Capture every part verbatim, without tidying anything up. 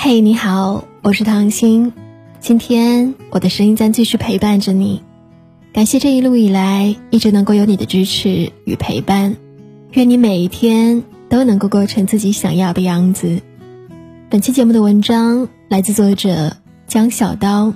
嘿，你好，我是唐心，今天我的声音将继续陪伴着你。感谢这一路以来一直能够有你的支持与陪伴，愿你每一天都能够过成自己想要的样子。本期节目的文章来自作者江小刀。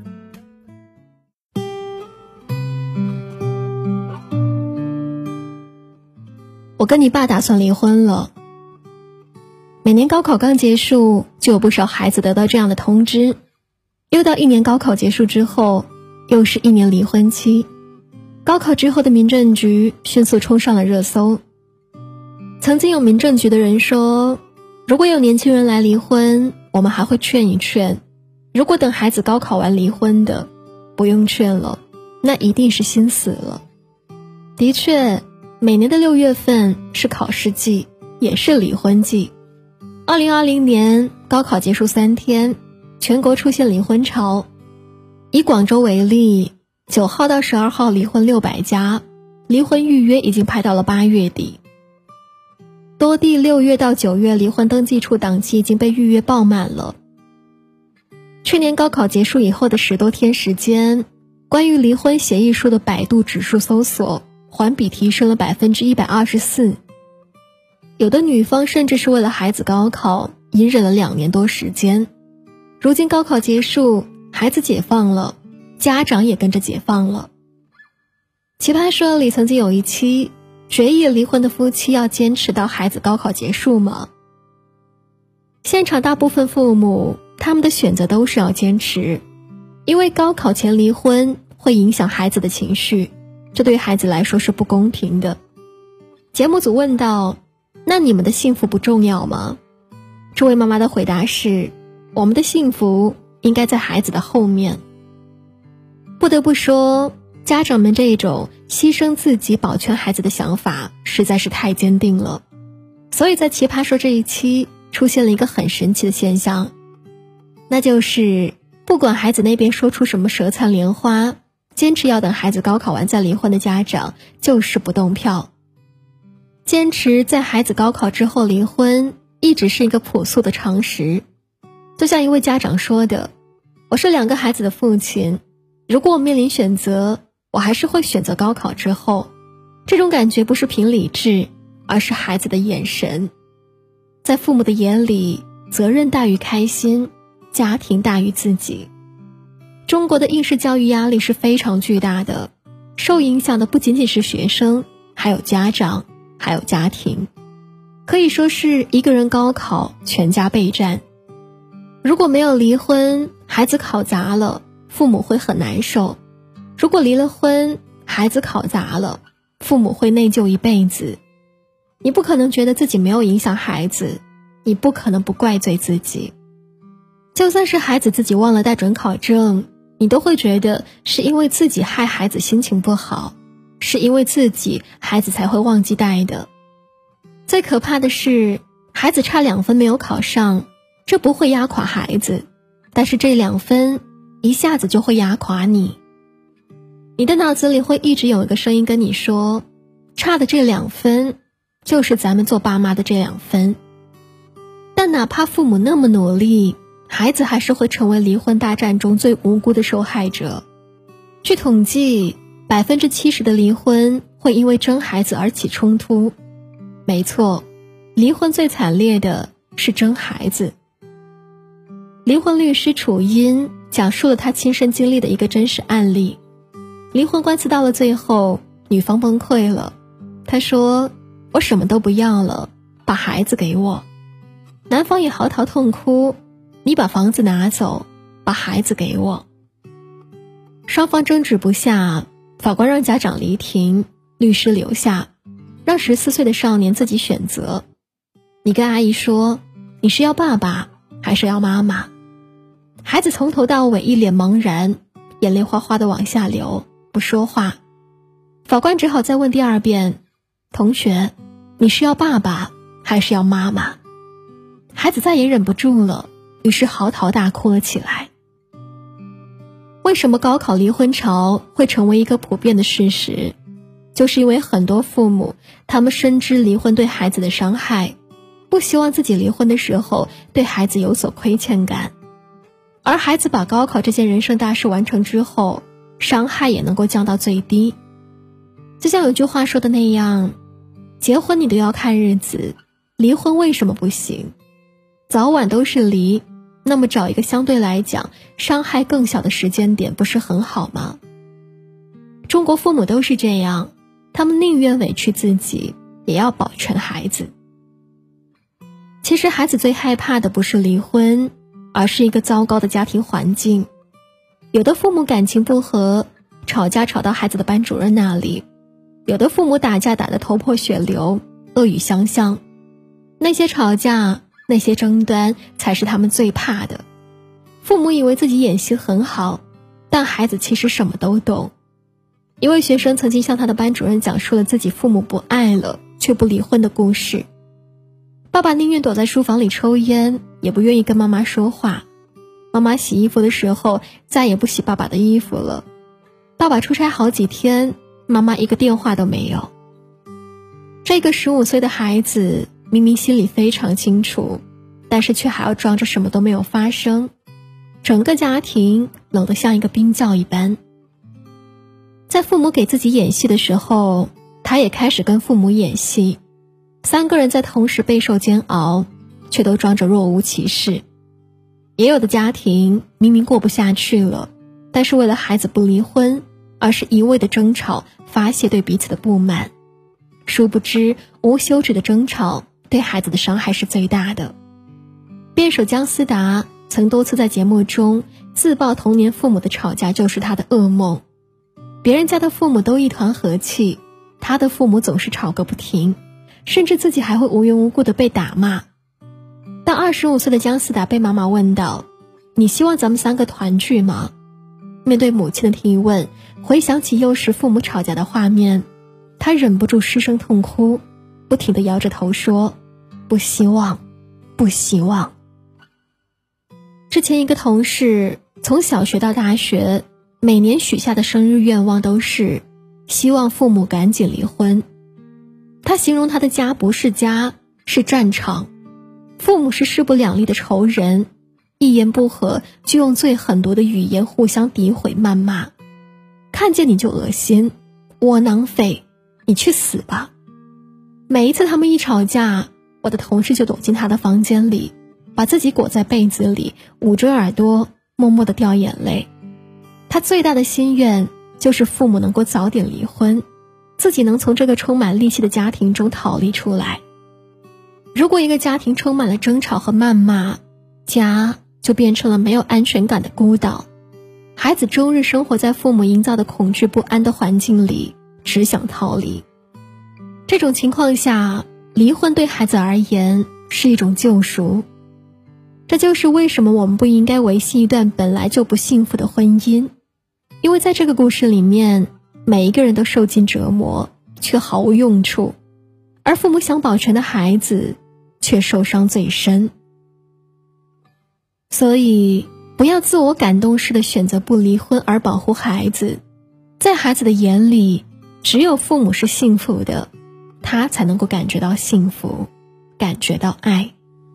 我跟你爸打算离婚了。每年高考刚结束，就有不少孩子得到这样的通知。又到一年高考结束之后，又是一年离婚期。高考之后的民政局迅速冲上了热搜。曾经有民政局的人说，如果有年轻人来离婚，我们还会劝一劝。如果等孩子高考完离婚的，不用劝了，那一定是心死了。的确，每年的六月份是考试季，也是离婚季。二零二零年高考结束三天，全国出现离婚潮。以广州为例，九号到十二号离婚六百家，离婚预约已经排到了八月底。多地六月到九月离婚登记处档期已经被预约爆满了。去年高考结束以后的十多天时间，关于离婚协议书的百度指数搜索环比提升了百分之一百二十四。有的女方甚至是为了孩子高考隐忍了两年多时间。如今高考结束，孩子解放了，家长也跟着解放了。奇葩说里曾经有一期，决议离婚的夫妻要坚持到孩子高考结束吗？现场大部分父母他们的选择都是要坚持，因为高考前离婚会影响孩子的情绪，这对孩子来说是不公平的。节目组问道，那你们的幸福不重要吗？这位妈妈的回答是，我们的幸福应该在孩子的后面。不得不说，家长们这种牺牲自己保全孩子的想法实在是太坚定了。所以在奇葩说这一期出现了一个很神奇的现象，那就是不管孩子那边说出什么舌灿莲花，坚持要等孩子高考完再离婚的家长就是不动票。坚持在孩子高考之后离婚一直是一个朴素的常识。就像一位家长说的，我是两个孩子的父亲，如果我面临选择，我还是会选择高考之后。这种感觉不是凭理智，而是孩子的眼神。在父母的眼里，责任大于开心，家庭大于自己。中国的应试教育压力是非常巨大的，受影响的不仅仅是学生，还有家长，还有家庭。可以说是一个人高考，全家备战。如果没有离婚，孩子考砸了，父母会很难受；如果离了婚，孩子考砸了，父母会内疚一辈子。你不可能觉得自己没有影响孩子，你不可能不怪罪自己。就算是孩子自己忘了带准考证，你都会觉得是因为自己害孩子心情不好，是因为自己孩子才会忘记带的。最可怕的是，孩子差两分没有考上，这不会压垮孩子，但是这两分一下子就会压垮你。你的脑子里会一直有一个声音跟你说，差的这两分就是咱们做爸妈的这两分。但哪怕父母那么努力，孩子还是会成为离婚大战中最无辜的受害者。据统计，百分之七十的离婚会因为争孩子而起冲突。没错，离婚最惨烈的是争孩子。离婚律师楚音讲述了他亲身经历的一个真实案例。离婚官司到了最后，女方崩溃了，她说，我什么都不要了，把孩子给我。男方也嚎啕痛哭，你把房子拿走，把孩子给我。双方争执不下，法官让家长离庭，律师留下，让十四岁的少年自己选择。你跟阿姨说，你是要爸爸还是要妈妈？孩子从头到尾一脸茫然，眼泪哗哗地往下流，不说话。法官只好再问第二遍，同学，你是要爸爸还是要妈妈？孩子再也忍不住了，于是嚎啕大哭了起来。为什么高考离婚潮会成为一个普遍的事实？就是因为很多父母，他们深知离婚对孩子的伤害， 不希望自己离婚的时候对孩子有所亏欠感，而孩子把高考这件人生大事完成之后，伤害也能够降到最低。就像有句话说的那样，结婚你都要看日子，离婚为什么不行？早晚都是离，那么找一个相对来讲伤害更小的时间点不是很好吗？中国父母都是这样，他们宁愿委屈自己也要保全孩子。其实孩子最害怕的不是离婚，而是一个糟糕的家庭环境。有的父母感情不和，吵架吵到孩子的班主任那里，有的父母打架打得头破血流，恶语相向。那些吵架，那些争端才是他们最怕的。父母以为自己演戏很好，但孩子其实什么都懂。一位学生曾经向他的班主任讲述了自己父母不爱了却不离婚的故事。爸爸宁愿躲在书房里抽烟，也不愿意跟妈妈说话。妈妈洗衣服的时候再也不洗爸爸的衣服了。爸爸出差好几天，妈妈一个电话都没有。这个十五岁的孩子明明心里非常清楚，但是却还要装着什么都没有发生，整个家庭冷得像一个冰窖一般。在父母给自己演戏的时候，他也开始跟父母演戏。三个人在同时备受煎熬，却都装着若无其事。也有的家庭明明过不下去了，但是为了孩子不离婚，而是一味的争吵，发泄对彼此的不满。殊不知，无休止的争吵对孩子的伤害是最大的。辩手姜思达曾多次在节目中自曝童年父母的吵架就是他的噩梦。别人家的父母都一团和气，他的父母总是吵个不停，甚至自己还会无缘无故的被打骂。当二十五岁的姜思达被妈妈问到，你希望咱们三个团聚吗？面对母亲的提问，回想起幼时父母吵架的画面，他忍不住失声痛哭，不停地摇着头说，不希望，不希望。之前一个同事从小学到大学，每年许下的生日愿望都是希望父母赶紧离婚。他形容他的家不是家，是战场，父母是势不两立的仇人，一言不合就用最狠毒的语言互相诋毁谩骂，看见你就恶心，窝囊废，你去死吧。每一次他们一吵架，我的同事就躲进他的房间里，把自己裹在被子里，捂着耳朵，默默地掉眼泪。他最大的心愿就是父母能够早点离婚，自己能从这个充满戾气的家庭中逃离出来。如果一个家庭充满了争吵和谩骂，家就变成了没有安全感的孤岛，孩子终日生活在父母营造的恐惧不安的环境里，只想逃离。这种情况下，离婚对孩子而言是一种救赎。这就是为什么我们不应该维系一段本来就不幸福的婚姻，因为在这个故事里面，每一个人都受尽折磨，却毫无用处，而父母想保全的孩子却受伤最深。所以不要自我感动式的选择不离婚而保护孩子，在孩子的眼里，只有父母是幸福的，他才能够感觉到幸福，感觉到爱。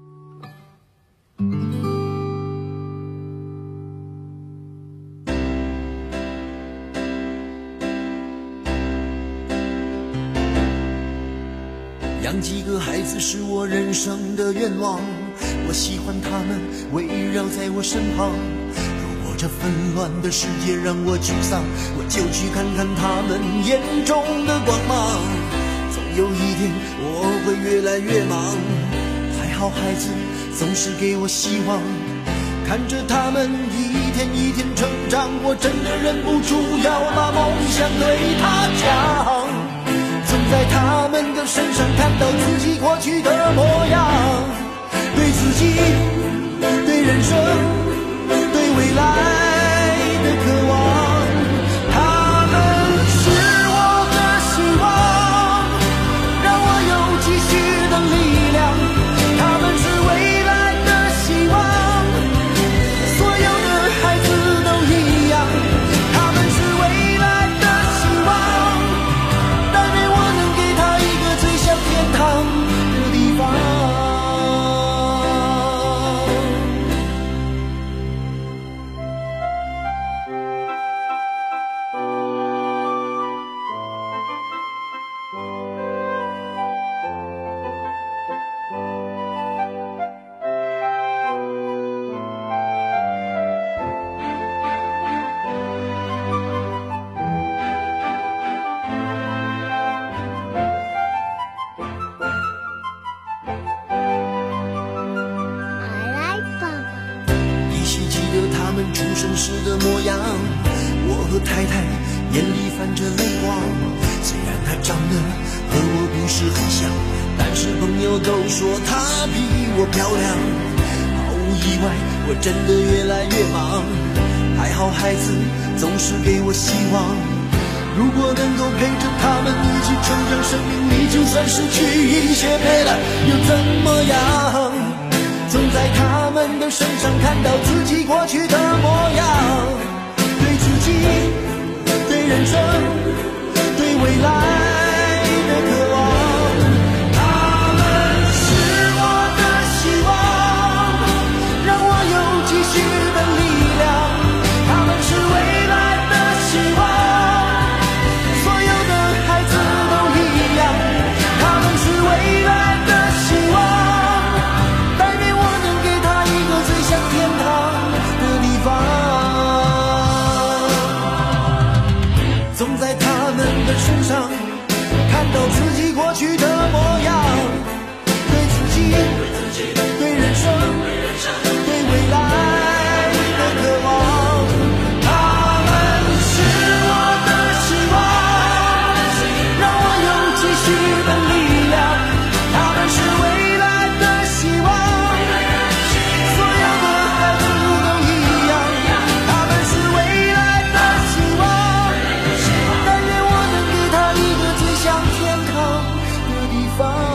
养几个孩子是我人生的愿望，我喜欢他们围绕在我身旁。如果这纷乱的世界让我沮丧，我就去看看他们眼中的光芒。总有一天我会越来越忙，还好孩子总是给我希望，看着他们一天一天成长，我真的忍不住要把梦想对他讲。总在他们的身上看到自己过去的模样，对自己，对人生，对未来的渴望。他们是我的希望，让我有继续的力量。他们是未来的希望，所有的孩子都一样。他们是未来的希望，但愿我能给他一个最像天堂的地方。 生时的模样。我和太太眼里泛着泪光，虽然她长得和我不是很像，但是朋友都说她比我漂亮。毫无意外，我真的越来越忙，还好孩子总是给我希望。如果能够陪着他们一起成长，生命里就算失去一些没了又怎么样？总在他们的身上看到自己过去的模样，对自己，对人生，对未来的渴望。他们是我的希望，让我有继续的力量。他们是未来的希望，所有的孩子都一样。他们是未来的希望，但愿我能给他一个最像天堂的地方。总在他们的身上看到自己过去的模样，对自己，对人生，对未来的渴望。他们是我的希望，让我有继续的力量。他们是未来的希望，所有的孩子都一样。他们是未来的希望，但愿我能给他一个最像天堂的地方。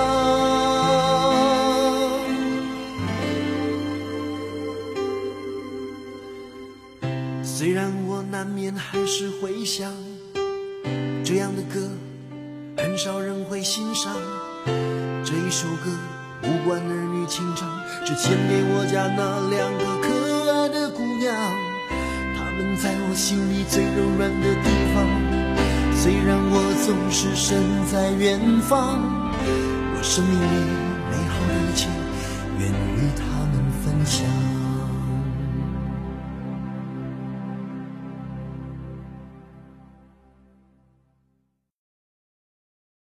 虽然我难免还是会想，这样的歌很少人会欣赏。这一首歌无关儿女情长，只献给我家那两个可爱的姑娘。她们在我心里最柔软的地方，虽然我总是身在远方，我生命里美好的一切愿与她们分享。